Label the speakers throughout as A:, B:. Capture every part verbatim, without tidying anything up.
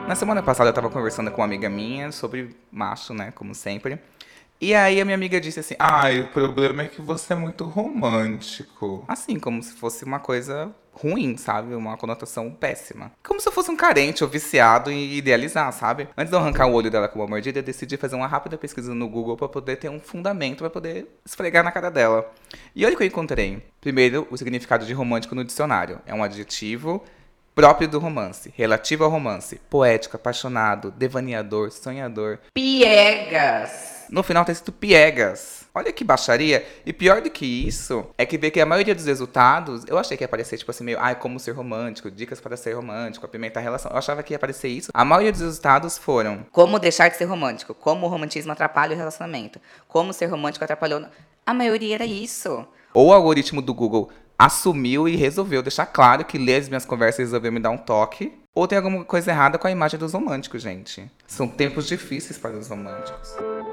A: Na semana passada eu tava conversando com uma amiga minha sobre macho, né, como sempre. E aí a minha amiga disse assim,
B: Ai, o problema é que você é muito romântico.
A: assim, como se fosse uma coisa ruim, sabe? Uma conotação péssima. Como se eu fosse um carente ou viciado em idealizar, sabe? Antes de eu arrancar o olho dela com uma mordida, eu decidi fazer uma rápida pesquisa no Google pra poder ter um fundamento pra poder esfregar na cara dela. E olha o que eu encontrei. Primeiro, o significado de romântico no dicionário. É um adjetivo próprio do romance, relativo ao romance, poético, apaixonado, devaneador, sonhador.
C: Piegas.
A: No final tá escrito piegas. Olha que baixaria. E pior do que isso, é que vê que a maioria dos resultados, eu achei que ia aparecer, tipo assim, meio, ai, como ser romântico, dicas para ser romântico, apimentar a relação. Eu achava que ia aparecer isso. A maioria dos resultados foram,
C: Como deixar de ser romântico. Como o romantismo atrapalha o relacionamento. Como ser romântico atrapalhou... A maioria era isso.
A: ou o algoritmo do Google assumiu e resolveu deixar claro que ler as minhas conversas resolveu me dar um toque, ou tem alguma coisa errada com a imagem dos românticos, gente. São tempos difíceis para os românticos.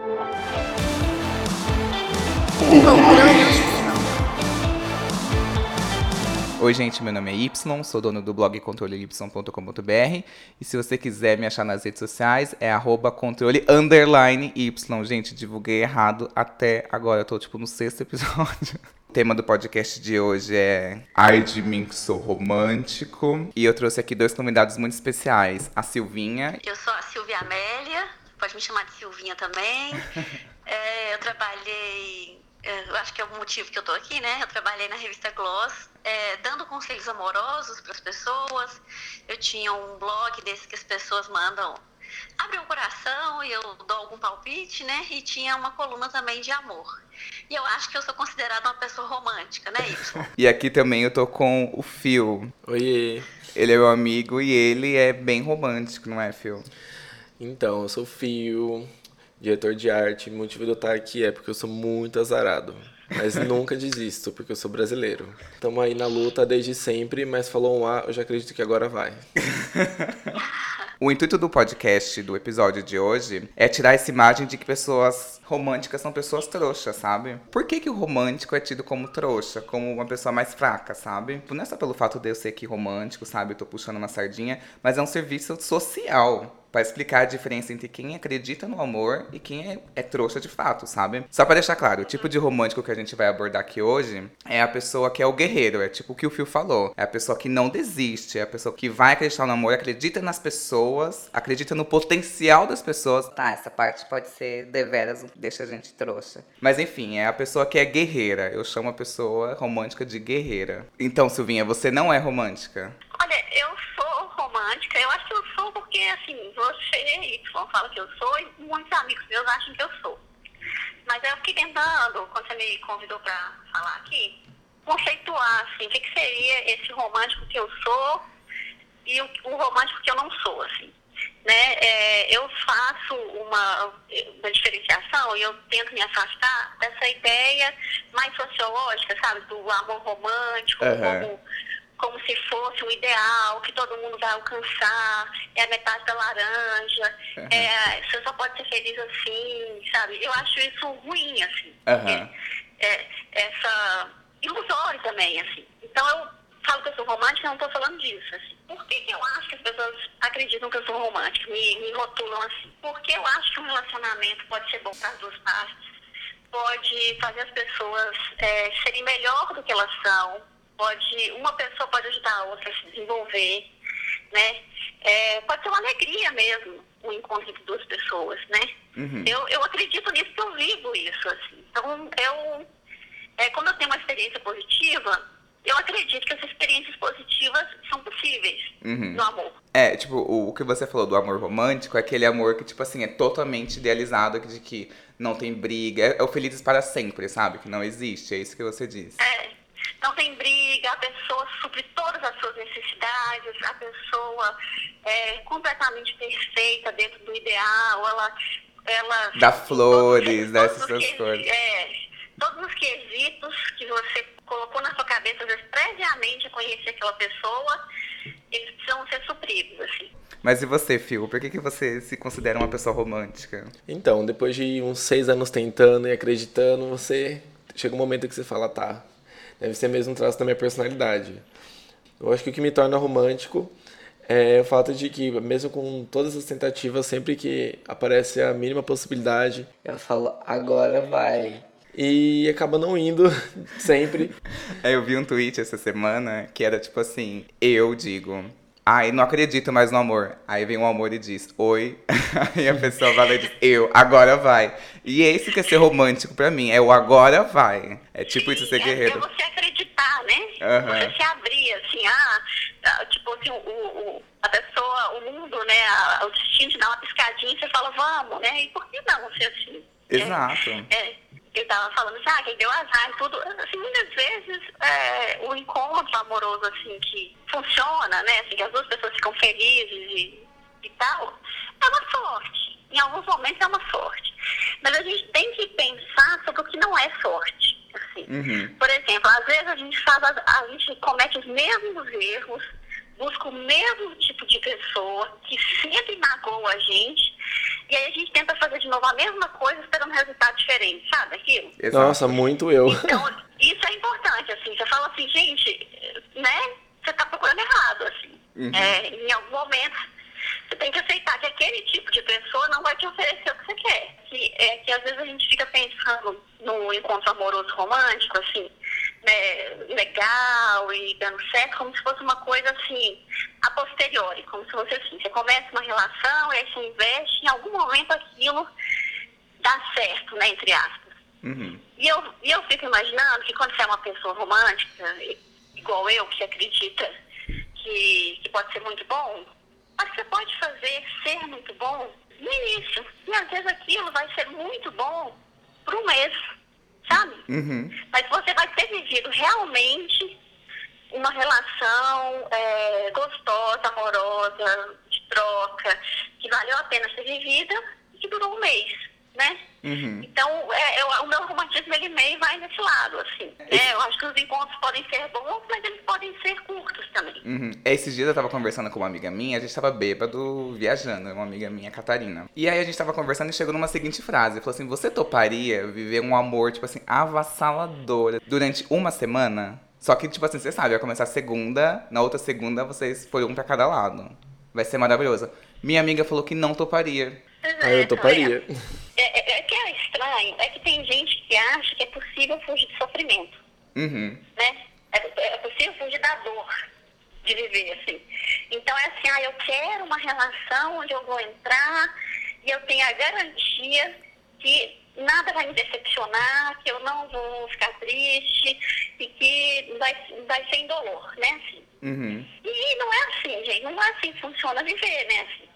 A: Oi, gente, meu nome é Y, sou dono do blog controle y ponto com ponto b r e se você quiser me achar nas redes sociais é arroba controle underline y. Gente, divulguei errado até agora, eu tô tipo no sexto episódio. O tema do podcast de hoje é
B: Ai de mim que sou romântico.
A: E eu trouxe aqui dois convidados muito especiais, a Silvinha.
D: Eu sou a Silvia Amélia, pode me chamar de Silvinha também. É, eu trabalhei, eu acho que é o motivo que eu tô aqui, né? Eu trabalhei na revista Gloss, é, dando conselhos amorosos para as pessoas. Eu tinha um blog desse que as pessoas mandam, abrem o coração e eu dou algum palpite, né? E tinha uma coluna também de amor. E eu acho que eu sou considerada uma pessoa romântica, né, Y?
A: E aqui também eu tô com o Phil.
E: Oiê.
A: Ele é meu amigo e ele é bem romântico, não é, Phil?
E: Então, eu sou o Fio, diretor de arte. O motivo de eu estar aqui é porque eu sou muito azarado. Mas nunca desisto, porque eu sou brasileiro. Tamo aí na luta desde sempre, mas falou um A, eu já acredito que agora vai.
A: O intuito do podcast, do episódio de hoje, é tirar essa imagem de que pessoas românticas são pessoas trouxas, sabe? Por que que o romântico é tido como trouxa, como uma pessoa mais fraca, sabe? Não é só pelo fato de eu ser aqui romântico, sabe? Eu tô puxando uma sardinha, mas é um serviço social. Pra explicar a diferença entre quem acredita no amor e quem é, é trouxa de fato, sabe? Só pra deixar claro, o tipo de romântico que a gente vai abordar aqui hoje é a pessoa que é o guerreiro, é tipo o que o Phil falou. É a pessoa que não desiste, é a pessoa que vai acreditar no amor, acredita nas pessoas, acredita no potencial das pessoas.
C: Tá, essa parte pode ser deveras, deixa a gente trouxa.
A: Mas enfim, é a pessoa que é guerreira. Eu chamo a pessoa romântica de guerreira. Então, Silvinha, você não é romântica?
D: Olha, eu sou romântica, eu acho que eu sou porque, assim, você e Y fala que eu sou e muitos amigos meus acham que eu sou. Mas eu fiquei tentando, quando você me convidou para falar aqui, conceituar, assim, o que, que seria esse romântico que eu sou e o, o romântico que eu não sou, assim. Né? É, eu faço uma, uma diferenciação e eu tento me afastar dessa ideia mais sociológica, sabe, do amor romântico,
A: Uhum.
D: como... como se fosse um ideal que todo mundo vai alcançar, é a metade da laranja,
A: Uhum.
D: é, você só pode ser feliz assim, sabe? Eu acho isso ruim, assim.
A: Uhum.
D: É, é, essa ilusório também, assim. Então eu falo que eu sou romântica, eu não estou falando disso, assim. Por que que eu acho que as pessoas acreditam que eu sou romântica, me, me rotulam assim? Porque eu acho que um relacionamento pode ser bom para as duas partes, pode fazer as pessoas é, serem melhor do que elas são, pode, uma pessoa pode ajudar a outra a se desenvolver, né? É, pode ser uma alegria mesmo, o encontro entre duas pessoas, né?
A: Uhum.
D: Eu, eu acredito nisso, que eu vivo isso, assim. Então, eu, é, como eu tenho uma experiência positiva, eu acredito que essas experiências positivas são possíveis
A: Uhum.
D: no amor.
A: É, tipo, o, o que você falou do amor romântico é aquele amor que, tipo assim, é totalmente idealizado, de que não tem briga, é, é o felizes para sempre, sabe? Que não existe, é isso que você diz.
D: É. Não tem briga, a pessoa supre todas as suas necessidades, a pessoa é completamente perfeita dentro do ideal, ela... ela
A: Dá flores,
D: todos,
A: dá
D: todos
A: essas
D: os que-
A: coisas.
D: É, todos os quesitos que você colocou na sua cabeça, às vezes, previamente a conhecer aquela pessoa, eles precisam ser supridos, assim.
A: Mas e você, Phil? Por que, que você se considera uma pessoa romântica?
E: Então, depois de uns seis anos tentando e acreditando, você chega um momento que você fala, tá, deve ser mesmo um traço da minha personalidade. Eu acho que o que me torna romântico é o fato de que, mesmo com todas as tentativas, sempre que aparece a mínima possibilidade,
F: Eu falo, agora vai.
E: e acaba não indo, sempre.
A: É, eu vi um tweet essa semana que era tipo assim, eu digo, ai, não acredito mais no amor. Aí vem um amor e diz, oi. Aí a pessoa vai lá e diz, eu, agora vai. E esse que é ser romântico pra mim, é o agora vai. É tipo isso ser
D: É,
A: guerreiro.
D: é você acreditar, né?
A: Aham.
D: Você se abrir, assim, ah, ah, tipo assim, o, o, a pessoa, o mundo, né, a- o destino te dá uma piscadinha e você fala, vamos, né? E por que não ser assim?
A: Exato.
D: É, é, eu tava falando assim, ah, quem deu azar e tudo. Assim, muitas vezes, é, o encontro amoroso, assim, que funciona, né? Assim, que as duas pessoas ficam felizes e, e tal, é uma sorte. Em alguns momentos é uma sorte. Mas a gente tem que pensar sobre o que não é sorte. Assim.
A: Uhum.
D: Por exemplo, às vezes a gente faz, as- a gente comete os mesmos erros, busca o mesmo tipo de pessoa que sempre magoa a gente, e aí a gente tenta fazer de novo a mesma coisa esperando um resultado diferente, sabe aquilo?
A: Exato.
E: Nossa, muito eu.
D: Então, isso é importante, assim, você fala assim, gente, né, você tá procurando errado, assim.
A: Uhum.
D: É, em algum momento, você tem que aceitar que aquele tipo de pessoa não vai te oferecer o que você quer. Que, é, que às vezes a gente fica pensando no encontro amoroso romântico, assim, né, legal e dando certo, como se fosse uma coisa, assim, a posteriori, como se fosse assim, você começa uma relação e aí você investe, em algum momento aquilo dá certo, né, entre aspas.
A: Uhum.
D: E eu, e eu fico imaginando que quando você é uma pessoa romântica, i- igual eu, que acredita que, que pode ser muito bom, mas você pode fazer ser muito bom no início. E às vezes aquilo vai ser muito bom por um mês, sabe?
A: Uhum.
D: Mas você vai ter vivido realmente uma relação é, gostosa, amorosa, de troca, que valeu a pena ser vivida e que durou um mês, né?
A: Uhum.
D: Então, é, eu- o meu romantismo, ele meio vai nesse lado, assim. né? Eu acho que os encontros podem ser bons, mas eles podem ser curtos também.
A: Uhum. Esses dias eu tava conversando com uma amiga minha, a gente tava bêbado viajando, uma amiga minha, Catarina. E aí a gente tava conversando e chegou numa seguinte frase, falou assim, você toparia viver um amor, tipo assim, avassalador durante uma semana? Só que, tipo assim, você sabe, vai começar a segunda, na outra segunda vocês foram um pra cada lado. Vai ser maravilhoso. Minha amiga falou que não toparia.
D: Pois
E: Aí eu
D: tá
E: toparia.
D: vendo? É, é, é que é estranho, é que tem gente que acha que é possível fugir de sofrimento,
A: Uhum.
D: né? É, é possível fugir da dor de viver, assim. Então é assim, ah, eu quero uma relação onde eu vou entrar e eu tenho a garantia que nada vai me decepcionar, que eu não vou ficar triste e que vai, vai ser indolor, né? Assim.
A: Uhum.
D: E não é assim, gente, não é assim que funciona viver, né? Assim,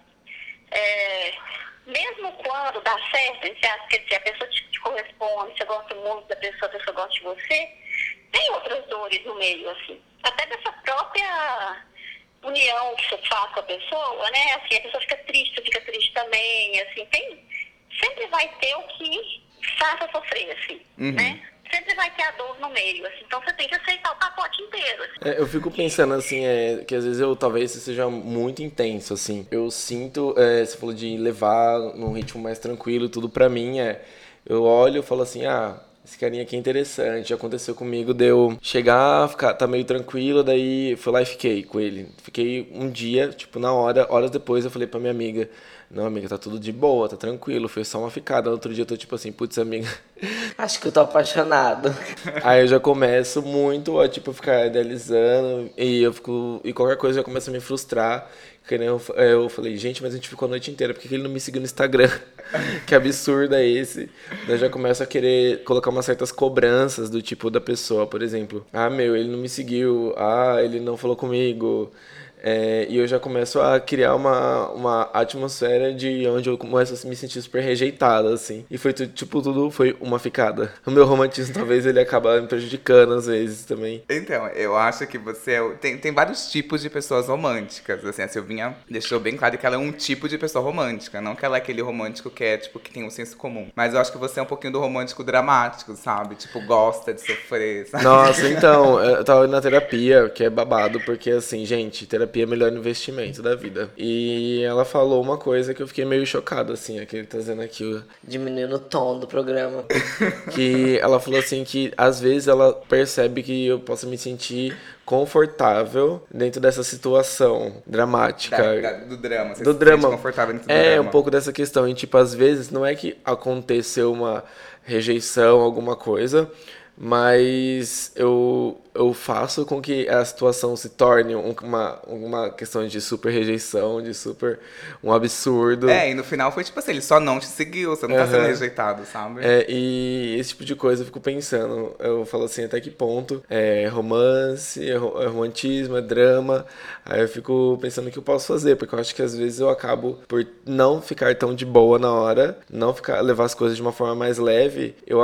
D: é, mesmo quando dá certo, entre aspas, quer dizer, a pessoa te, te corresponde, você gosta muito da pessoa, a pessoa gosta de você, tem outras dores no meio, assim. Até dessa própria união que você faz com a pessoa, né? Assim, a pessoa fica triste, você fica triste também, assim, tem, sempre vai ter o que faça sofrer, assim,
A: Uhum.
D: né? Sempre vai ter a dor no meio, assim, então você tem que aceitar o pacote inteiro, assim.
E: É, eu fico pensando assim, é, que às vezes eu talvez seja muito intenso, assim. Eu sinto, é, você falou de levar num ritmo mais tranquilo, tudo pra mim é. Eu olho e falo assim, ah, esse carinha aqui é interessante. Já aconteceu comigo de eu chegar, ficar, tá meio tranquilo, daí fui lá e fiquei com ele. Fiquei um dia, tipo, na hora, horas depois eu falei pra minha amiga, não, amiga, tá tudo de boa, tá tranquilo, foi só uma ficada. Outro dia eu tô tipo assim, putz, amiga.
F: Acho que eu tô apaixonado.
E: Aí eu já começo muito a, tipo, ficar idealizando e eu fico. E qualquer coisa já começa a me frustrar. Que nem eu, é, eu falei, gente, mas a gente ficou a noite inteira, por que que ele não me seguiu no Instagram? Que absurdo é esse? Daí eu já começo a querer colocar umas certas cobranças do tipo da pessoa, por exemplo. Ah, meu, ele não me seguiu. Ah, ele não falou comigo. É, e eu já começo a criar uma, uma atmosfera de onde eu começo a me sentir super rejeitado, assim. E foi tudo, tipo, tudo foi uma ficada. O meu romantismo, talvez, ele acaba me prejudicando às vezes também.
A: Então, eu acho que você é... o- Tem, tem vários tipos de pessoas românticas, assim, a Silvinha deixou bem claro que ela é um tipo de pessoa romântica, não que ela é aquele romântico que é, tipo, que tem um senso comum. Mas eu acho que você é um pouquinho do romântico dramático, sabe? Tipo, gosta de sofrer, sabe?
E: Nossa, então, eu tava indo na terapia, que é babado, porque assim, gente, terapia terapia é o melhor investimento da vida. E ela falou uma coisa que eu fiquei meio chocado, assim, aqui ele tá dizendo aqui, o-
F: Diminuindo o tom do programa.
E: que ela falou assim que às vezes ela percebe que eu posso me sentir confortável dentro dessa situação dramática.
A: Da- da- do drama. Você
E: do
A: se
E: drama.
A: sente confortável dentro do
E: É,
A: drama.
E: um pouco dessa questão. E, tipo, às vezes não é que aconteceu uma rejeição, alguma coisa, mas eu, eu faço com que a situação se torne um- uma, uma questão de super rejeição, de super um absurdo.
A: É, e no final foi tipo assim, ele só não te seguiu, você não tá sendo
E: Aham.
A: rejeitado, sabe?
E: É, e esse tipo de coisa eu fico pensando, eu falo assim, até que ponto é romance, é ro- é romantismo, é drama, aí eu fico pensando o que eu posso fazer, porque eu acho que às vezes eu acabo por não ficar tão de boa na hora, não ficar levar as coisas de uma forma mais leve, eu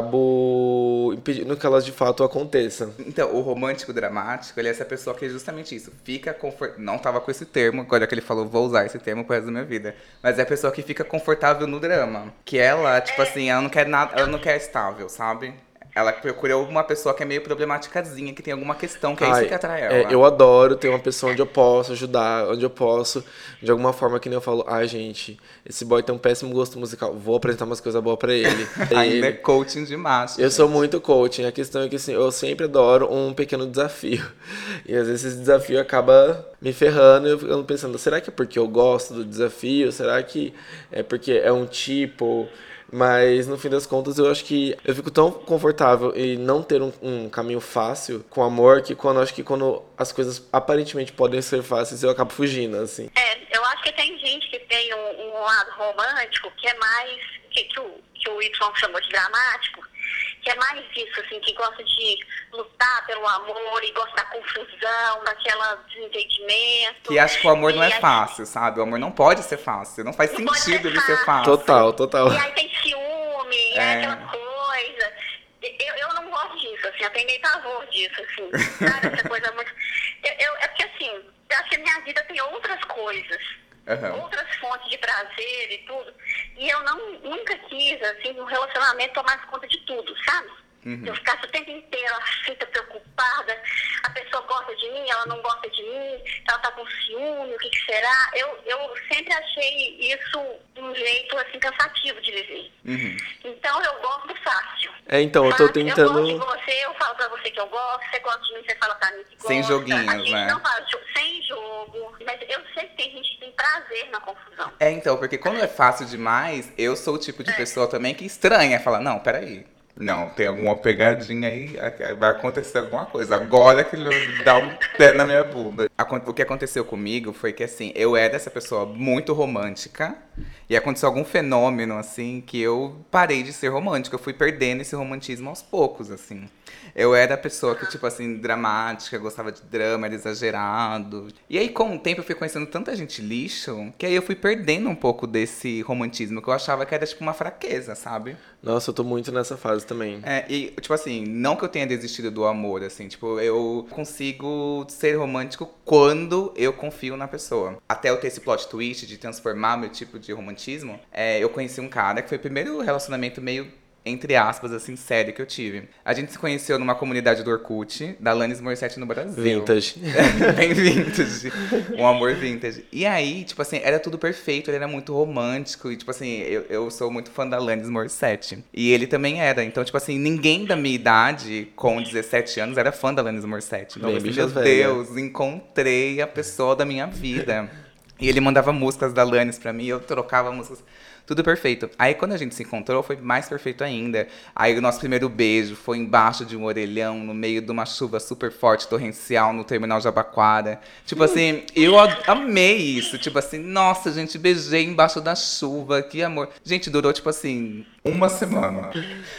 E: acabo impedindo que elas de fato aconteçam.
A: Então, o romântico dramático, ele é essa pessoa que é justamente isso. Fica confortável. Não tava com esse termo, agora que ele falou, vou usar esse termo pro resto da minha vida. Mas é a pessoa que fica confortável no drama. Que ela, tipo assim, ela não quer nada, ela não quer estável, sabe? Ela procura uma pessoa que é meio problematicazinha, que tem alguma questão, que é
E: Ai,
A: isso que atrai ela.
E: é, eu adoro ter uma pessoa onde eu posso ajudar, onde eu posso, de alguma forma que nem eu falo, ai gente, esse boy tem um péssimo gosto musical, vou apresentar umas coisas boas pra ele.
A: Ainda é
E: ele.
A: coaching de macho.
E: Eu
A: gente.
E: sou muito coaching, a questão é que assim, eu sempre adoro um pequeno desafio. E às vezes esse desafio acaba me ferrando e eu fico pensando, será que é porque eu gosto do desafio? Será que é porque é um tipo... Mas no fim das contas eu acho que eu fico tão confortável em não ter um, um caminho fácil com amor que quando eu acho que quando as coisas aparentemente podem ser fáceis eu acabo fugindo, assim.
D: É, eu acho que tem gente que tem um, um lado romântico que é mais, que, que, o, que o Y chamou de dramático, que é mais isso, assim, que gosta de lutar pelo amor e gosta da confusão, daquela desentendimento.
A: Que acha que o amor não
D: E
A: é
D: aí-
A: fácil, sabe? O amor não pode ser fácil. Não faz
D: Não pode
A: sentido
D: ser
A: ele ser
D: fácil.
A: fácil.
E: Total, total.
D: E aí tem ciúme, e
A: É.
D: é aquela coisa. Eu, eu não gosto disso, assim, eu tenho meio pavor disso, assim. Sabe, essa coisa muito. Eu, eu- é porque, assim, eu acho que a minha vida tem outras coisas.
A: Aham.
D: Outras fontes de prazer e tudo. E eu não, nunca quis, assim, no relacionamento tomar conta de tudo, sabe? Eu ficasse o tempo inteiro aflita, preocupada. A pessoa gosta de mim, ela não gosta de mim, ela tá com ciúme, o que, que será? Eu, eu sempre achei isso um jeito, assim, cansativo de viver.
A: Uhum.
D: Então eu gosto fácil.
E: É, então, eu tô
D: Sabe?
E: tentando...
D: Eu gosto de você, eu falo pra você que eu gosto, você gosta de mim, você fala pra mim que gosta.
A: Sem joguinhos,
D: a gente
A: né?
D: não fala jo- sem jogo, mas eu sei que tem gente que tem prazer na confusão.
A: É, então, porque quando é fácil demais, eu sou o tipo de
D: É.
A: pessoa também que estranha. Fala, não, peraí. Não, tem alguma pegadinha aí, vai acontecer alguma coisa. Agora que ele dá um pé na minha bunda. Acon- O que aconteceu comigo foi que, assim, eu era essa pessoa muito romântica. E aconteceu algum fenômeno, assim, que eu parei de ser romântica. Eu fui perdendo esse romantismo aos poucos, assim. Eu era a pessoa que, tipo assim, dramática, gostava de drama, era exagerado. E aí, com o tempo, eu fui conhecendo tanta gente lixo, que aí eu fui perdendo um pouco desse romantismo, que eu achava que era, tipo, uma fraqueza, sabe?
E: Nossa, eu tô muito nessa fase também.
A: É, e, tipo assim, não que eu tenha desistido do amor, assim, tipo, eu consigo ser romântico quando eu confio na pessoa. Até eu ter esse plot twist de transformar meu tipo de romantismo, é, eu conheci um cara que foi o primeiro relacionamento meio, entre aspas, assim, sério que eu tive. A gente se conheceu numa comunidade do Orkut, da Alanis Morissette no Brasil.
E: Vintage.
A: Bem vintage. Um amor vintage. E aí, tipo assim, era tudo perfeito, ele era muito romântico. E, tipo assim, eu, eu sou muito fã da Alanis Morissette. E ele também era. Então, tipo assim, ninguém da minha idade, com dezessete anos, era fã da Alanis Morissette. Então,
E: Bem,
A: eu falei,
E: bicha
A: meu
E: velha.
A: Deus, encontrei a pessoa da minha vida. E ele mandava músicas da Alanis pra mim, eu trocava músicas. Tudo perfeito. Aí quando a gente se encontrou, foi mais perfeito ainda. Aí o nosso primeiro beijo foi embaixo de um orelhão, no meio de uma chuva super forte, torrencial, no terminal Jabaquara. Tipo assim, eu a- amei isso. Tipo assim, nossa, gente, beijei embaixo da chuva, que amor. Gente, durou tipo assim,
B: Uma semana.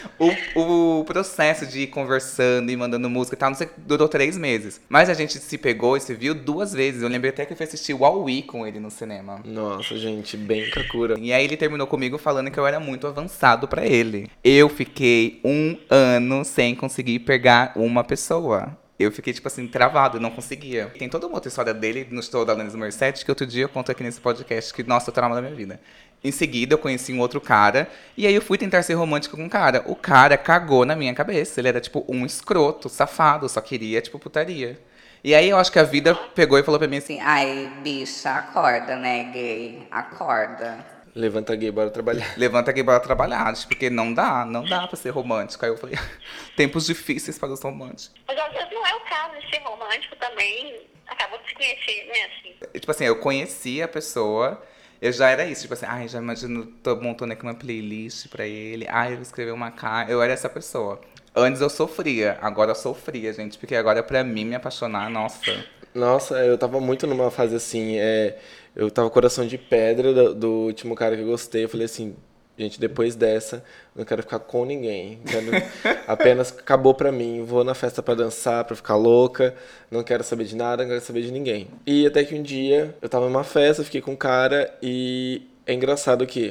A: o, o processo de ir conversando e mandando música e tal, não sei, durou três meses. Mas a gente se pegou e se viu duas vezes. Eu lembrei até que eu fui assistir o Wall-E com ele no cinema.
E: Nossa, gente, bem kakura.
A: E aí ele terminou comigo falando que eu era muito avançado pra ele. Eu fiquei um ano sem conseguir pegar uma pessoa. Eu fiquei, tipo assim, travado, não conseguia. Tem toda uma outra história dele no show da Alanis Morissette que outro dia eu conto aqui nesse podcast que, nossa, é o trauma da minha vida. Em seguida, eu conheci um outro cara, e aí eu fui tentar ser romântico com um cara. O cara cagou na minha cabeça. Ele era, tipo, um escroto, safado, só queria, tipo, putaria. E aí eu acho que a vida pegou e falou pra mim assim,
C: Assim, ai, bicha, acorda, né, gay? Acorda.
E: Levanta gay, bora trabalhar.
A: levanta aqui para trabalhar, tipo, porque não dá, não dá pra ser romântico. Aí eu falei, tempos difíceis para os românticos.
D: Mas às vezes não é o caso de ser romântico também. Acabou de se conhecer, né, assim.
A: E, tipo assim, eu conheci a pessoa, eu já era isso, tipo assim, ai, já imagino, tô montando aqui uma playlist pra ele, ai, eu vou escrever uma carta, eu era essa pessoa. Antes eu sofria, agora eu sou fria, gente, porque agora pra mim me apaixonar, nossa.
E: Nossa, eu tava muito numa fase assim, é, eu tava com coração de pedra do, do último cara que eu gostei. Eu falei assim, gente, depois dessa, não quero ficar com ninguém. Quero, apenas acabou pra mim. Vou na festa pra dançar, pra ficar louca. Não quero saber de nada, não quero saber de ninguém. E até que um dia, eu tava numa festa, fiquei com um cara e é engraçado que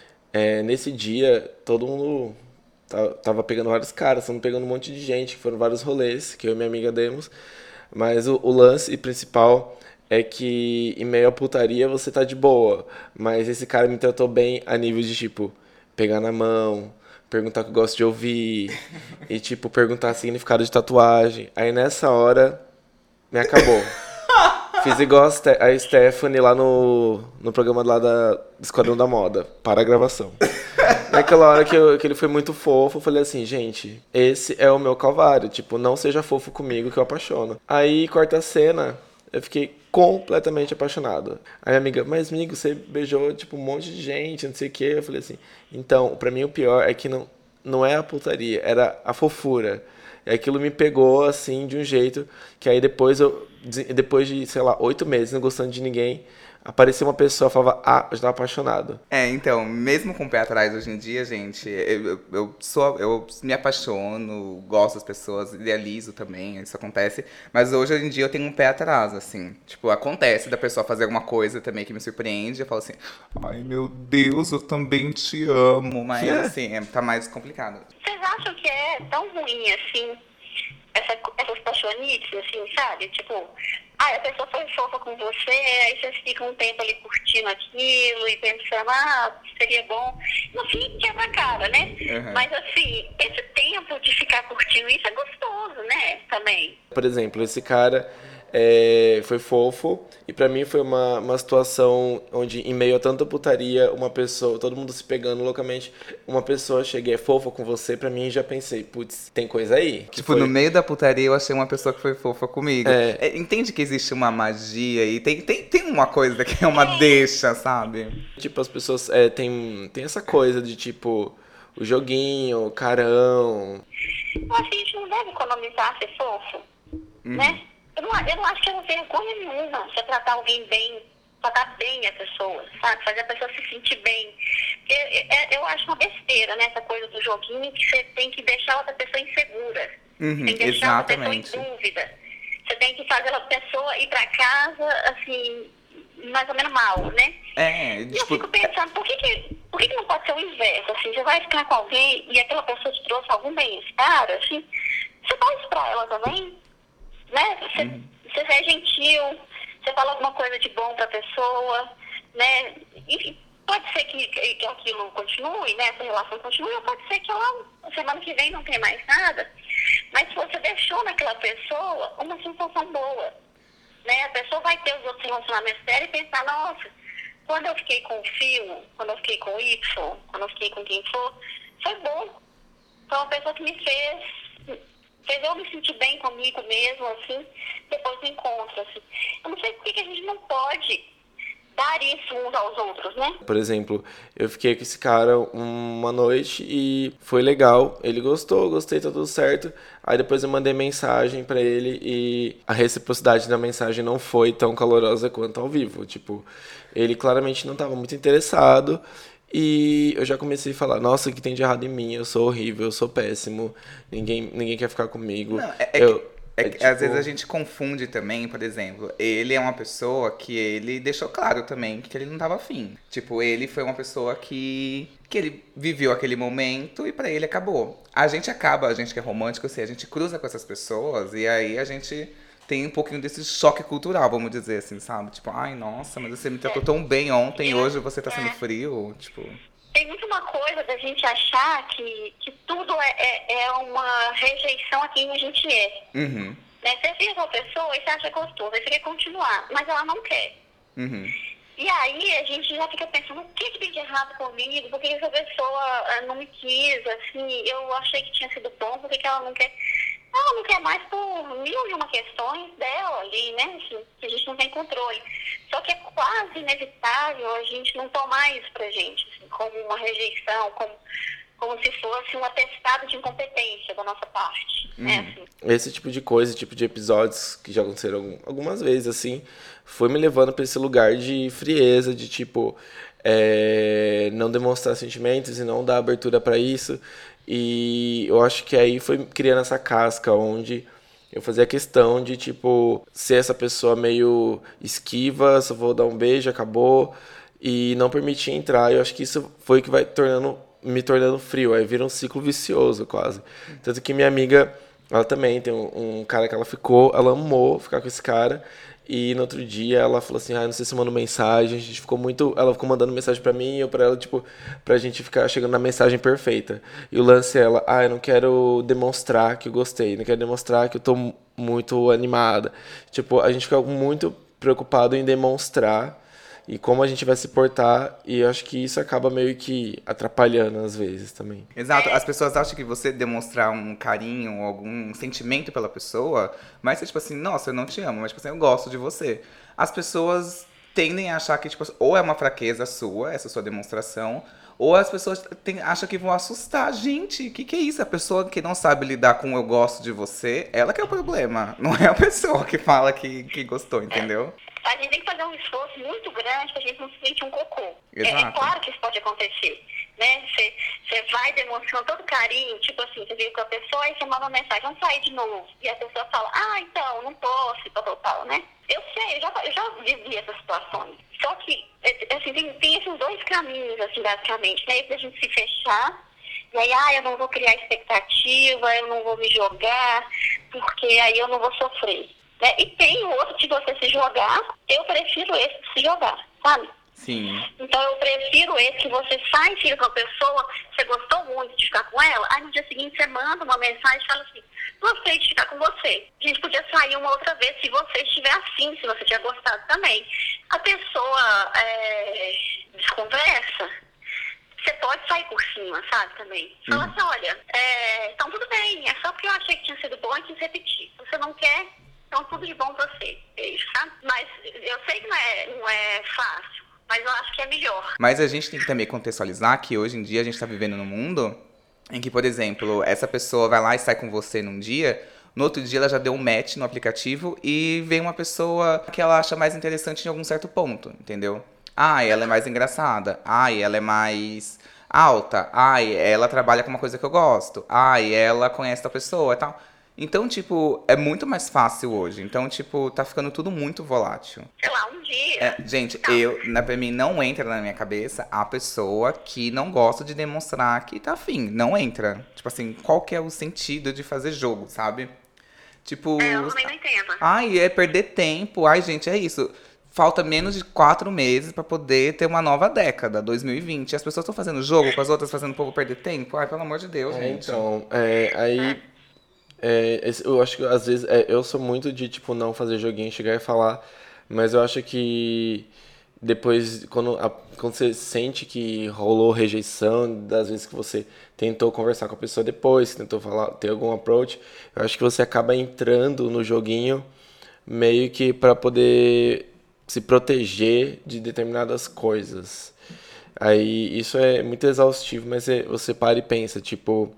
E: é, nesse dia, todo mundo tava pegando vários caras, tava pegando um monte de gente, que foram vários rolês que eu e minha amiga demos. Mas o, o lance principal é que em meio à putaria você tá de boa. Mas esse cara me tratou bem a nível de, tipo, pegar na mão, perguntar o que eu gosto de ouvir e, tipo, perguntar significado de tatuagem. Aí nessa hora, me acabou. Fiz igual a, Ste a Stephanie lá no, no programa lá da do Esquadrão da Moda, para a gravação. Naquela hora que, eu, que ele foi muito fofo, eu falei assim, gente, esse é o meu calvário. Tipo, não seja fofo comigo que eu apaixono. Aí, corta a cena, eu fiquei completamente apaixonado. Aí a amiga, mas amigo, você beijou, tipo, um monte de gente, não sei o quê. Eu falei assim, então, pra mim o pior é que não, não é a putaria, era a fofura. E aquilo me pegou, assim, de um jeito que aí depois eu, depois de, sei lá, oito meses não gostando de ninguém, apareceu uma pessoa e falava, ah, eu já tava apaixonado.
A: É, então, mesmo com o pé atrás hoje em dia, gente, eu, eu, eu sou, eu me apaixono, gosto das pessoas, idealizo também, isso acontece. Mas hoje em dia eu tenho um pé atrás, assim. Tipo, acontece da pessoa fazer alguma coisa também que me surpreende, eu falo assim,
B: Ai, meu Deus, eu também te amo.
A: mas assim, é, tá mais complicado.
D: Vocês acham que é tão ruim, assim, essa, essas paixonites, assim, sabe? Tipo, ah, a pessoa foi fofa com você, aí vocês ficam um tempo ali curtindo aquilo e pensando, ah, seria bom. No fim, quebra a cara, né?
A: Uhum.
D: Mas, assim, esse tempo de ficar curtindo isso é gostoso, né? Também.
E: Por exemplo, esse cara é, foi fofo e pra mim foi uma, uma situação onde, em meio a tanta putaria, uma pessoa, todo mundo se pegando loucamente, uma pessoa chega e é fofa com você, pra mim já pensei, putz, tem coisa aí. Que
A: Tipo,
E: foi-
A: no meio da putaria eu achei uma pessoa que foi fofa comigo.
E: É.
A: É, entende que existe uma magia e tem, tem, tem uma coisa que é uma deixa, sabe?
E: Tipo, as pessoas é, tem, tem essa coisa de, tipo, o joguinho, o carão.
D: Eu acho que a gente não deve economizar ser fofo, né? Eu não, eu não acho que é uma vergonha nenhuma você tratar alguém bem, tratar bem a pessoa, sabe? Fazer a pessoa se sentir bem. Porque é- é- eu acho uma besteira, né? Essa coisa do joguinho que você tem que deixar a outra pessoa insegura.
A: Uhum,
D: tem que deixar a outra pessoa em
A: exatamente.
D: dúvida. Você tem que fazer a pessoa ir pra casa, assim, mais ou menos mal, né?
A: É,
D: E eu
A: tipo,
D: fico pensando, por que, que, por que, que não pode ser o inverso? Assim, você vai ficar com alguém e aquela pessoa te trouxe algum bem-estar, assim, você faz pra ela também, né? Você, você é gentil, você fala alguma coisa de bom pra pessoa, né? E pode ser que, que, que aquilo continue, né? Essa relação continue, ou pode ser que ela, semana que vem não tem mais nada, mas você deixou naquela pessoa uma sensação boa, né? A pessoa vai ter os outros relacionamentos dela e pensar, nossa, quando eu fiquei com o Fio, quando eu fiquei com o Y, quando eu fiquei com quem for, foi bom. Foi uma pessoa que me fez, fez eu me sentir bem comigo mesmo, assim, depois do encontro, assim. Eu não sei por que que a gente não pode dar isso uns aos outros, né?
E: Por exemplo, eu fiquei com esse cara uma noite e foi legal. Ele gostou, gostei, tá tudo certo. Aí depois eu mandei mensagem pra ele e a reciprocidade da mensagem não foi tão calorosa quanto ao vivo. Tipo, ele claramente não tava muito interessado. E eu já comecei a falar, nossa, o que tem de errado em mim? Eu sou horrível, eu sou péssimo. Ninguém, ninguém quer ficar comigo.
A: Não, é, é
E: eu,
A: que, é que
E: tipo,
A: às vezes a gente confunde também, por exemplo, ele é uma pessoa que ele deixou claro também que ele não tava afim. Tipo, ele foi uma pessoa que, que ele viveu aquele momento e pra ele acabou. A gente acaba, a gente que é romântico, assim, a gente cruza com essas pessoas e aí a gente tem um pouquinho desse choque cultural, vamos dizer assim, sabe? Tipo, ai, nossa, mas você me tratou tão bem ontem, hoje você tá sendo frio, tipo...
D: Tem muito uma coisa da gente achar que, que tudo é, é, é uma rejeição a quem a gente é.
A: Uhum.
D: Né? Você vê uma pessoa e você acha gostoso, aí você quer continuar, mas ela não quer.
A: Uhum.
D: E aí a gente já fica pensando, o que, que tem de errado comigo? Por que essa pessoa uh, não me quis? Assim, eu achei que tinha sido bom, por que, que ela não quer? Ela não quer mais por mil e uma questões dela ali, né? Assim, que a gente não tem controle. Só que é quase inevitável a gente não tomar isso pra gente, assim, como uma rejeição, como, como se fosse um atestado de incompetência da nossa parte, uhum. né? Assim.
E: Esse tipo de coisa, esse tipo de episódios que já aconteceram algumas vezes, assim, foi me levando pra esse lugar de frieza, de tipo, é, não demonstrar sentimentos e não dar abertura pra isso. E eu acho que aí foi criando essa casca onde eu fazia questão de, tipo, ser essa pessoa meio esquiva, só vou dar um beijo, acabou, e não permitir entrar. Eu acho que isso foi o que vai tornando, me tornando frio, aí vira um ciclo vicioso quase. Tanto que minha amiga, ela também tem um, um cara que ela ficou, ela amou ficar com esse cara, e no outro dia ela falou assim, ah, não sei se eu mando mensagem, a gente ficou muito, ela ficou mandando mensagem pra mim e eu pra ela, tipo, pra gente ficar chegando na mensagem perfeita. E o lance é ela, ah, eu não quero demonstrar que eu gostei, não quero demonstrar que eu tô muito animada. Tipo, a gente fica muito preocupado em demonstrar e como a gente vai se portar, e eu acho que isso acaba meio que atrapalhando às vezes também.
A: Exato, as pessoas acham que você demonstrar um carinho, algum sentimento pela pessoa, mas é tipo assim, nossa, eu não te amo, mas tipo assim, eu gosto de você. As pessoas tendem a achar que, tipo, ou é uma fraqueza sua, essa sua demonstração, ou as pessoas tem, acham que vão assustar. Gente, o que, que é isso? A pessoa que não sabe lidar com eu gosto de você, ela que é o problema, não é a pessoa que fala que, que gostou, entendeu?
D: A gente tem que fazer um esforço muito grande pra gente não se sentir um cocô.
A: Exato.
D: É, é claro que isso pode acontecer, né? Você vai demonstrando todo carinho, tipo assim, você viu com a pessoa e você manda uma mensagem, vamos sair de novo. E a pessoa fala, ah, então, não posso, tal, tal, tal, né? Eu sei, eu já, eu já vivi essas situações. Só que, assim, tem, tem esses dois caminhos, assim, basicamente, né? Esse da gente se fechar, e aí, ah, eu não vou criar expectativa, eu não vou me jogar, porque aí eu não vou sofrer. Né? E tem o outro de você se jogar, eu prefiro esse de se jogar, sabe?
A: Sim.
D: Então eu prefiro esse que você sai, fica com a pessoa, você gostou muito de ficar com ela, aí no dia seguinte você manda uma mensagem e fala assim, gostei de ficar com você. A gente podia sair uma outra vez se você estiver afim, se você tiver gostado também. A pessoa é, desconversa, você pode sair por cima, sabe, também. Fala
A: Uhum.
D: assim, olha, é, então tudo bem, é só porque eu achei que tinha sido bom e quis repetir. Se você não quer, então tudo de bom pra você. Beijo, sabe? Mas eu sei que não é, não é fácil, mas eu acho que é melhor.
A: Mas a gente tem que também contextualizar que hoje em dia a gente tá vivendo num mundo em que, por exemplo, essa pessoa vai lá e sai com você num dia, no outro dia ela já deu um match no aplicativo e vem uma pessoa que ela acha mais interessante em algum certo ponto, entendeu? Ai, ela é mais engraçada. Ai, ela é mais alta. Ai, ela trabalha com uma coisa que eu gosto. Ai, ela conhece a pessoa e tal. Então, tipo, é muito mais fácil hoje. Então, tipo, tá ficando tudo muito volátil.
D: Sei lá, um dia.
A: É, gente, eu, na, pra mim, não entra na minha cabeça a pessoa que não gosta de demonstrar que tá afim. Não entra. Tipo assim, qual que é o sentido de fazer jogo, sabe? Tipo...
D: É, eu também não entendo.
A: Ai, é perder tempo. Ai, gente, é isso. Falta menos de quatro meses pra poder ter uma nova década, dois mil e vinte. As pessoas estão fazendo jogo com as outras, fazendo o povo perder tempo. Ai, pelo amor de Deus,
E: É,
A: gente.
E: então, é, aí... É, esse- eu acho que às vezes é, eu sou muito de tipo não fazer joguinho, chegar e falar, mas eu acho que depois quando, a- quando você sente que rolou rejeição das vezes que você tentou conversar com a pessoa depois, que tentou falar, ter algum approach, eu acho que você acaba entrando no joguinho meio que para poder se proteger de determinadas coisas. Aí isso é muito exaustivo, mas é- você para e pensa, tipo,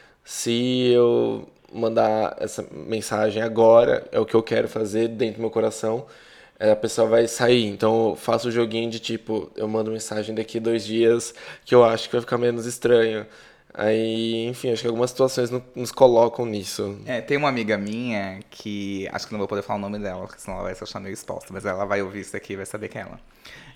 E: se eu mandar essa mensagem agora, é o que eu quero fazer dentro do meu coração, é, a pessoa vai sair. Então eu faço o joguinho de tipo, eu mando mensagem daqui dois dias que eu acho que vai ficar menos estranho. Aí, enfim, acho que algumas situações no- nos colocam nisso.
A: É, tem uma amiga minha que... Acho que não vou poder falar o nome dela, porque senão ela vai se achar meio exposta. Mas ela vai ouvir isso aqui e vai saber que é ela.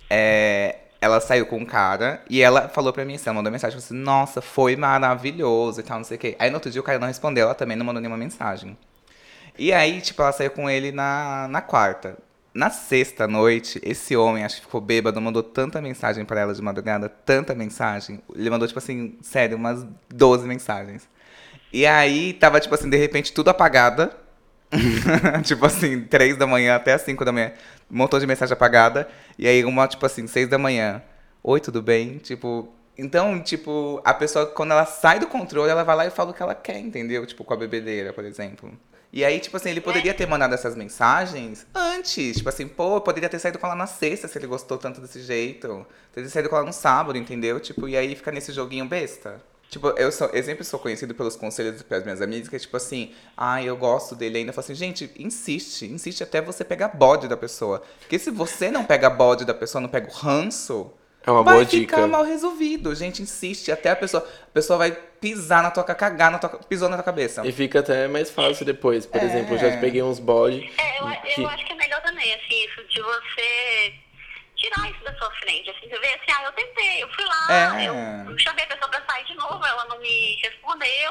A: É, ela saiu com um cara e ela falou pra mim assim, ela mandou mensagem, falou assim, nossa, foi maravilhoso e tal, não sei o quê. Aí no outro dia o cara não respondeu, ela também não mandou nenhuma mensagem. E aí, tipo, ela saiu com ele na, na quarta. Na sexta noite, esse homem, acho que ficou bêbado, mandou tanta mensagem pra ela de madrugada, tanta mensagem. Ele mandou, tipo assim, sério, umas doze mensagens. E aí, tava, tipo assim, de repente, tudo apagada. Tipo assim, três da manhã até as cinco da manhã. Um montão de mensagem apagada. E aí uma, tipo assim, seis da manhã. Oi, tudo bem? Tipo... Então, tipo, a pessoa, quando ela sai do controle, ela vai lá e fala o que ela quer, entendeu? Tipo, com a bebedeira, por exemplo. E aí, tipo assim, ele poderia ter mandado essas mensagens antes. Tipo assim, pô, poderia ter saído com ela na sexta, se ele gostou tanto desse jeito. Teria saído com ela no sábado, entendeu? Tipo, e aí fica nesse joguinho besta. Tipo, eu, sou, eu sempre sou conhecido pelos conselhos das minhas amigas, que é tipo assim, ah, eu gosto dele ainda. Eu falo assim, gente, insiste, insiste até você pegar bode da pessoa. Porque se você não pega bode da pessoa, não pega o ranço,
E: É uma
A: vai
E: boa
A: ficar
E: dica.
A: mal resolvido. Gente, insiste até a pessoa. A pessoa vai pisar na tua ca- cagar na tua, pisou na tua cabeça.
E: E fica até mais fácil depois. Por
A: É.
E: exemplo, eu já peguei uns bode.
D: É, eu,
E: que...
D: eu acho que é melhor também, assim, isso de você tirar isso da sua frente, assim, você vê assim, ah, eu tentei, eu fui lá,
A: É.
D: eu chamei a pessoa pra sair de novo, ela não me respondeu,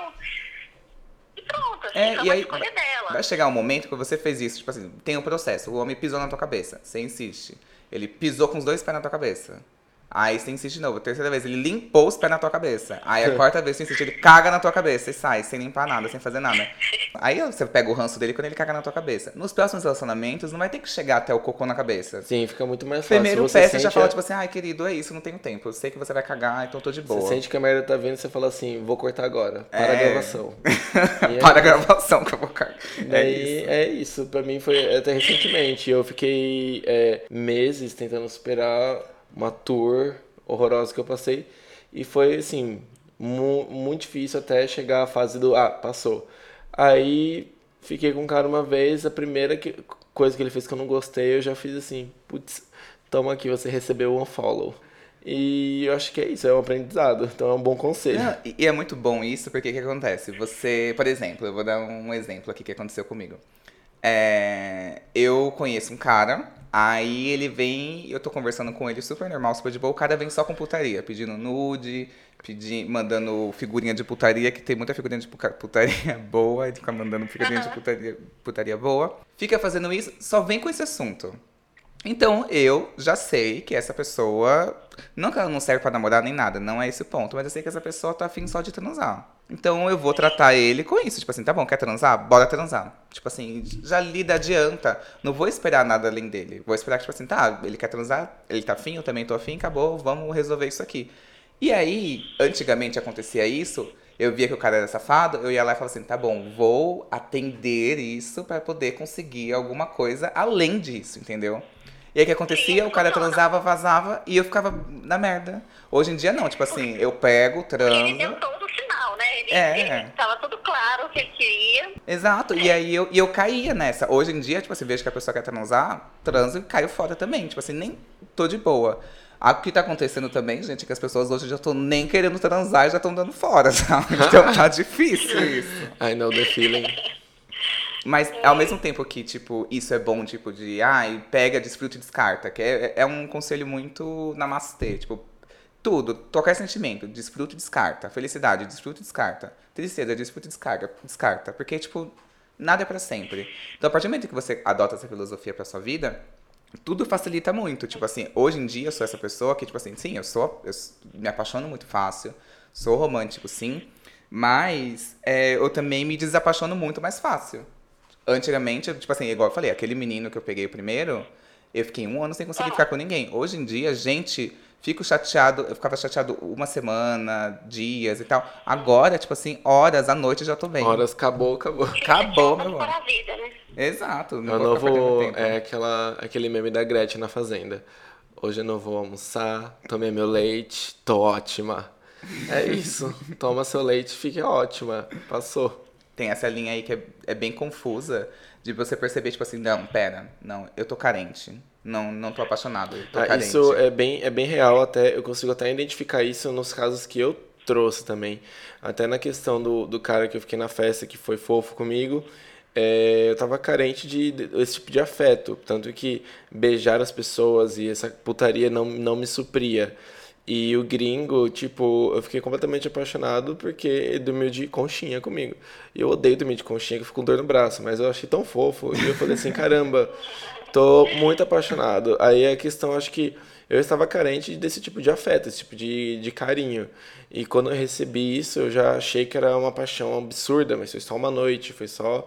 D: e pronto, assim,
A: É,
D: foi
A: e
D: uma
A: aí
D: escolha dela.
A: vai chegar um momento que você fez isso, tipo assim, tem um processo, o homem pisou na tua cabeça, você insiste. Ele pisou com os dois pés na tua cabeça. Aí você insiste de novo, a terceira vez, ele limpou os pés na tua cabeça. Aí a quarta vez você insiste, ele caga na tua cabeça e sai, sem limpar nada, sem fazer nada. Aí você pega o ranço dele quando ele caga na tua cabeça. Nos próximos relacionamentos, não vai ter que chegar até o cocô na cabeça.
E: Sim, fica muito mais fácil.
A: Primeiro
E: você
A: pé, você já
E: sente
A: fala,
E: a-
A: tipo assim, ai querido, é isso, não tenho tempo. Eu sei que você vai cagar, então tô de boa.
E: Você sente que a merda tá vindo, você fala assim, vou cortar agora. Para a
A: É.
E: gravação. E
A: Para a
E: aí-
A: gravação que eu vou cagar. É
E: Daí
A: isso.
E: é isso, pra mim foi até recentemente. Eu fiquei é, meses tentando superar uma tour horrorosa que eu passei. E foi assim, mu- muito difícil até chegar à fase do ah, passou. Aí fiquei com o cara uma vez, a primeira que- coisa que ele fez que eu não gostei, eu já fiz assim, putz, toma aqui, você recebeu um unfollow. E eu acho que é isso, é um aprendizado, então é um bom conselho.
A: Não, e e é muito bom isso, porque o que acontece? Você, por exemplo, eu vou dar um exemplo aqui que aconteceu comigo. É, eu conheço um cara, aí ele vem, eu tô conversando com ele super normal, super de boa, o cara vem só com putaria, pedindo nude, pedi, mandando figurinha de putaria, que tem muita figurinha de puca- putaria boa, ele fica mandando figurinha de putaria, putaria boa. Fica fazendo isso, só vem com esse assunto. Então, eu já sei que essa pessoa... Não que ela não serve pra namorar nem nada, não é esse o ponto. Mas eu sei que essa pessoa tá afim só de transar. Então, eu vou tratar ele com isso. Tipo assim, tá bom, quer transar? Bora transar. Tipo assim, já lida, adianta. Não vou esperar nada além dele. Vou esperar que, tipo assim, tá, ele quer transar, ele tá afim, eu também tô afim, acabou, vamos resolver isso aqui. E aí, antigamente acontecia isso... Eu via que o cara era safado, eu ia lá e falava assim, tá bom, vou atender isso pra poder conseguir alguma coisa além disso, entendeu? E aí o que acontecia? O cara transava, vazava e eu ficava na merda. Hoje em dia não, tipo assim, eu pego,
D: Ele deu
A: transo.
D: todo o sinal, né? Ele,
A: É.
D: ele tava tudo claro o que ele queria.
A: Exato, e aí eu, e eu caía nessa. Hoje em dia, tipo assim, vejo que a pessoa quer transar, transo e caio fora também. Tipo assim, nem tô de boa. O que tá acontecendo também, gente, é que as pessoas hoje já estão nem querendo transar e já estão dando fora, sabe? Então tá difícil isso.
E: I know the feeling.
A: Mas ao mesmo tempo que, tipo, isso é bom, tipo, de ai, pega, desfruta e descarta, que é, é um conselho muito namastê, tipo, tudo, qualquer sentimento, desfruta e descarta. Felicidade, desfruta e descarta. Tristeza, desfruta e descarta, descarta. Porque, tipo, nada é pra sempre. Então, a partir do momento que você adota essa filosofia pra sua vida, tudo facilita muito. Tipo assim, hoje em dia eu sou essa pessoa que, tipo assim, sim, eu sou, eu s- me apaixono muito fácil, sou romântico, sim, mas é, eu também me desapaixono muito mais fácil. Antigamente, tipo assim, igual eu falei, aquele menino que eu peguei o primeiro, eu fiquei um ano sem conseguir ficar com ninguém. Hoje em dia, gente, fico chateado, eu ficava chateado uma semana, dias e tal. Agora, tipo assim, horas, à noite eu já tô bem.
E: Horas, acabou, acabou.
A: Acabou, meu
D: Para
A: amor.
D: a vida, né?
A: Exato,
E: É
A: não
E: o
A: vou ficar perdendo
E: novo,
A: tempo.
E: é aquela, aquele meme da Gretchen na Fazenda. Hoje eu não vou almoçar, tomei meu leite, tô ótima. É isso, toma seu leite, fique ótima, passou.
A: Tem essa linha aí que é, é bem confusa, de você perceber, tipo assim, não, pera, não, eu tô carente. Não, não tô apaixonado, eu tô
E: Ah,
A: carente.
E: isso é bem, é bem real, até eu consigo até identificar isso nos casos que eu trouxe também. Até na questão do, do cara que eu fiquei na festa, que foi fofo comigo, é, eu tava carente de, de esse tipo de afeto. Tanto que beijar as pessoas e essa putaria não, não me supria. E o gringo, tipo, eu fiquei completamente apaixonado porque ele dormiu de conchinha comigo. E eu odeio dormir de conchinha, que eu fico com dor no braço, mas eu achei tão fofo. E eu falei assim, caramba, tô muito apaixonado. Aí a questão, acho que eu estava carente desse tipo de afeto, esse tipo de, de carinho. E quando eu recebi isso, eu já achei que era uma paixão absurda, mas foi só uma noite, foi só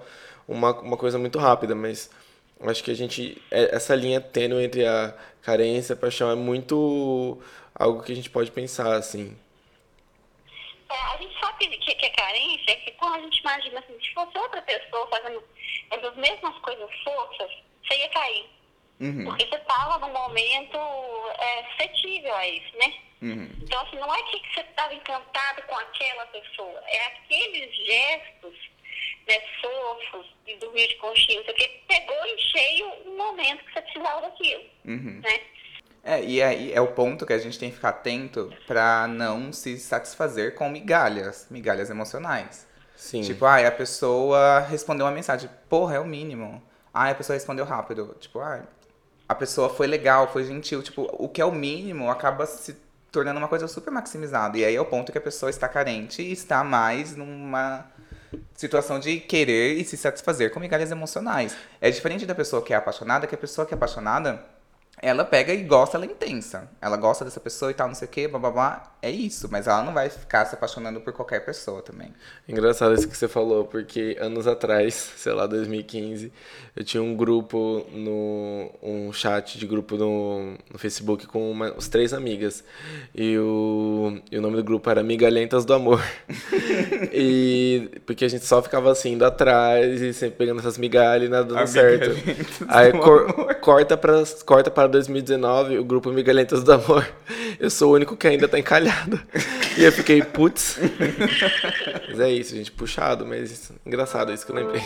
E: uma, uma coisa muito rápida, mas eu acho que a gente, essa linha tênue entre a carência e a paixão é muito algo que a gente pode pensar, assim.
D: É, a gente sabe que, que é carência, é que quando a gente imagina assim, se fosse outra pessoa fazendo as mesmas coisas fofas, você ia cair.
A: Uhum.
D: Porque você estava num momento é, suscetível a isso, né?
A: Uhum.
D: Então, assim, não é que você estava encantado com aquela pessoa, é aqueles gestos, né, fofos, de dormir de conchinha, que pegou em cheio um momento que você precisava daquilo,
A: Uhum.
D: né?
A: É, e aí é o ponto que a gente tem que ficar atento pra não se satisfazer com migalhas, migalhas emocionais.
E: Sim.
A: Tipo, ai, a pessoa respondeu uma mensagem, porra, é o mínimo. Ai, a pessoa respondeu rápido. Tipo, ai, a pessoa foi legal, foi gentil. Tipo, o que é o mínimo acaba se tornando uma coisa super maximizada. E aí é o ponto que a pessoa está carente e está mais numa situação de querer e se satisfazer com migalhas emocionais. É diferente da pessoa que é apaixonada, que a pessoa que é apaixonada, ela pega e gosta, ela é intensa. Ela gosta dessa pessoa e tal, não sei o quê, blá, blá, blá. É isso, mas ela não vai ficar se apaixonando por qualquer pessoa também.
E: Engraçado isso que você falou, porque anos atrás, sei lá, dois mil e quinze, eu tinha um grupo, no, um chat de grupo no, no Facebook com uma, os três amigas. E o, e o nome do grupo era Migalhentas do Amor. E porque a gente só ficava assim, indo atrás e sempre pegando essas migalhas e nada dando certo. Aí cor, corta, pra, corta para dois mil e dezenove, o grupo Migalhentas do Amor. Eu sou o único que ainda tá encalhado. E eu fiquei, putz. Mas é isso, gente, puxado, mas engraçado, é isso que eu lembrei.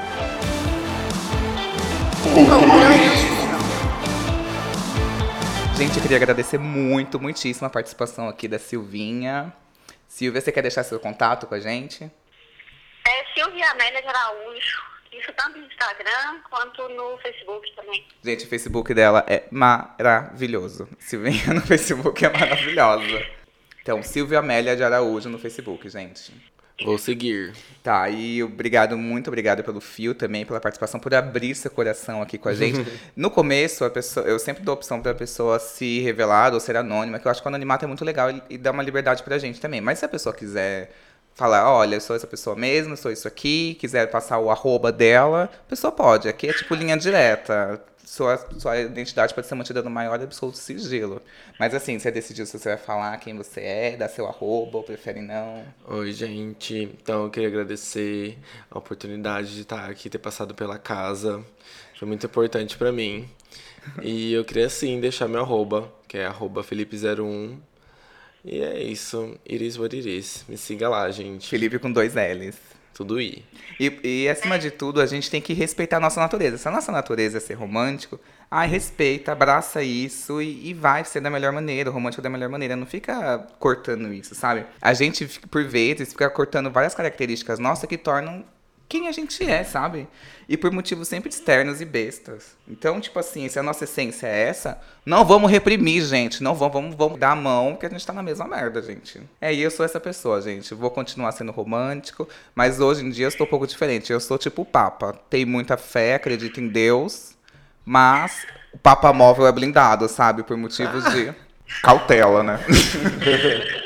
A: Gente, eu queria agradecer muito, muitíssimo a participação aqui da Silvinha. Silvia, você quer deixar seu contato com a gente?
D: É Silvia Amélia de Araújo. Isso tanto no Instagram quanto no Facebook também.
A: Gente, o Facebook dela é maravilhoso. Silvinha no Facebook é maravilhosa. Então, Silvia Amélia de Araújo no Facebook, gente.
E: Vou seguir.
A: Tá, e obrigado, muito obrigado pelo Fio também, pela participação, por abrir seu coração aqui com a gente. No começo, a pessoa, eu sempre dou a opção pra pessoa se revelar ou ser anônima, que eu acho que o anonimato é muito legal e, e dá uma liberdade pra gente também. Mas se a pessoa quiser falar, olha, eu sou essa pessoa mesmo, sou isso aqui, quiser passar o arroba dela, a pessoa pode. Aqui é tipo linha direta. Sua, sua identidade pode ser mantida no maior absoluto sigilo. Mas assim, você decidiu se você vai falar quem você é, dar seu arroba, ou prefere não.
E: Oi, gente. Então, eu queria agradecer a oportunidade de estar aqui, ter passado pela casa. Foi muito importante pra mim. E eu queria, sim, deixar meu arroba, que é arroba Felipe zero um. E é isso. It is what it is. Me siga lá, gente.
A: Felipe com dois L's.
E: Tudo I.
A: E, e, acima de tudo, a gente tem que respeitar a nossa natureza. Se a nossa natureza é ser romântico, ai, respeita, abraça isso e, e vai ser da melhor maneira, o romântico da melhor maneira. Não fica cortando isso, sabe? A gente, por vezes, fica cortando várias características nossas que tornam quem a gente é, sabe? E por motivos sempre externos e bestas. Então, tipo assim, se a nossa essência é essa, não vamos reprimir, gente. Não vamos, vamos, vamos dar a mão, porque a gente tá na mesma merda, gente. É, e eu sou essa pessoa, gente. Vou continuar sendo romântico, mas hoje em dia eu estou um pouco diferente. Eu sou tipo o Papa. Tenho muita fé, acredito em Deus, mas o Papa móvel é blindado, sabe? Por motivos de cautela, né?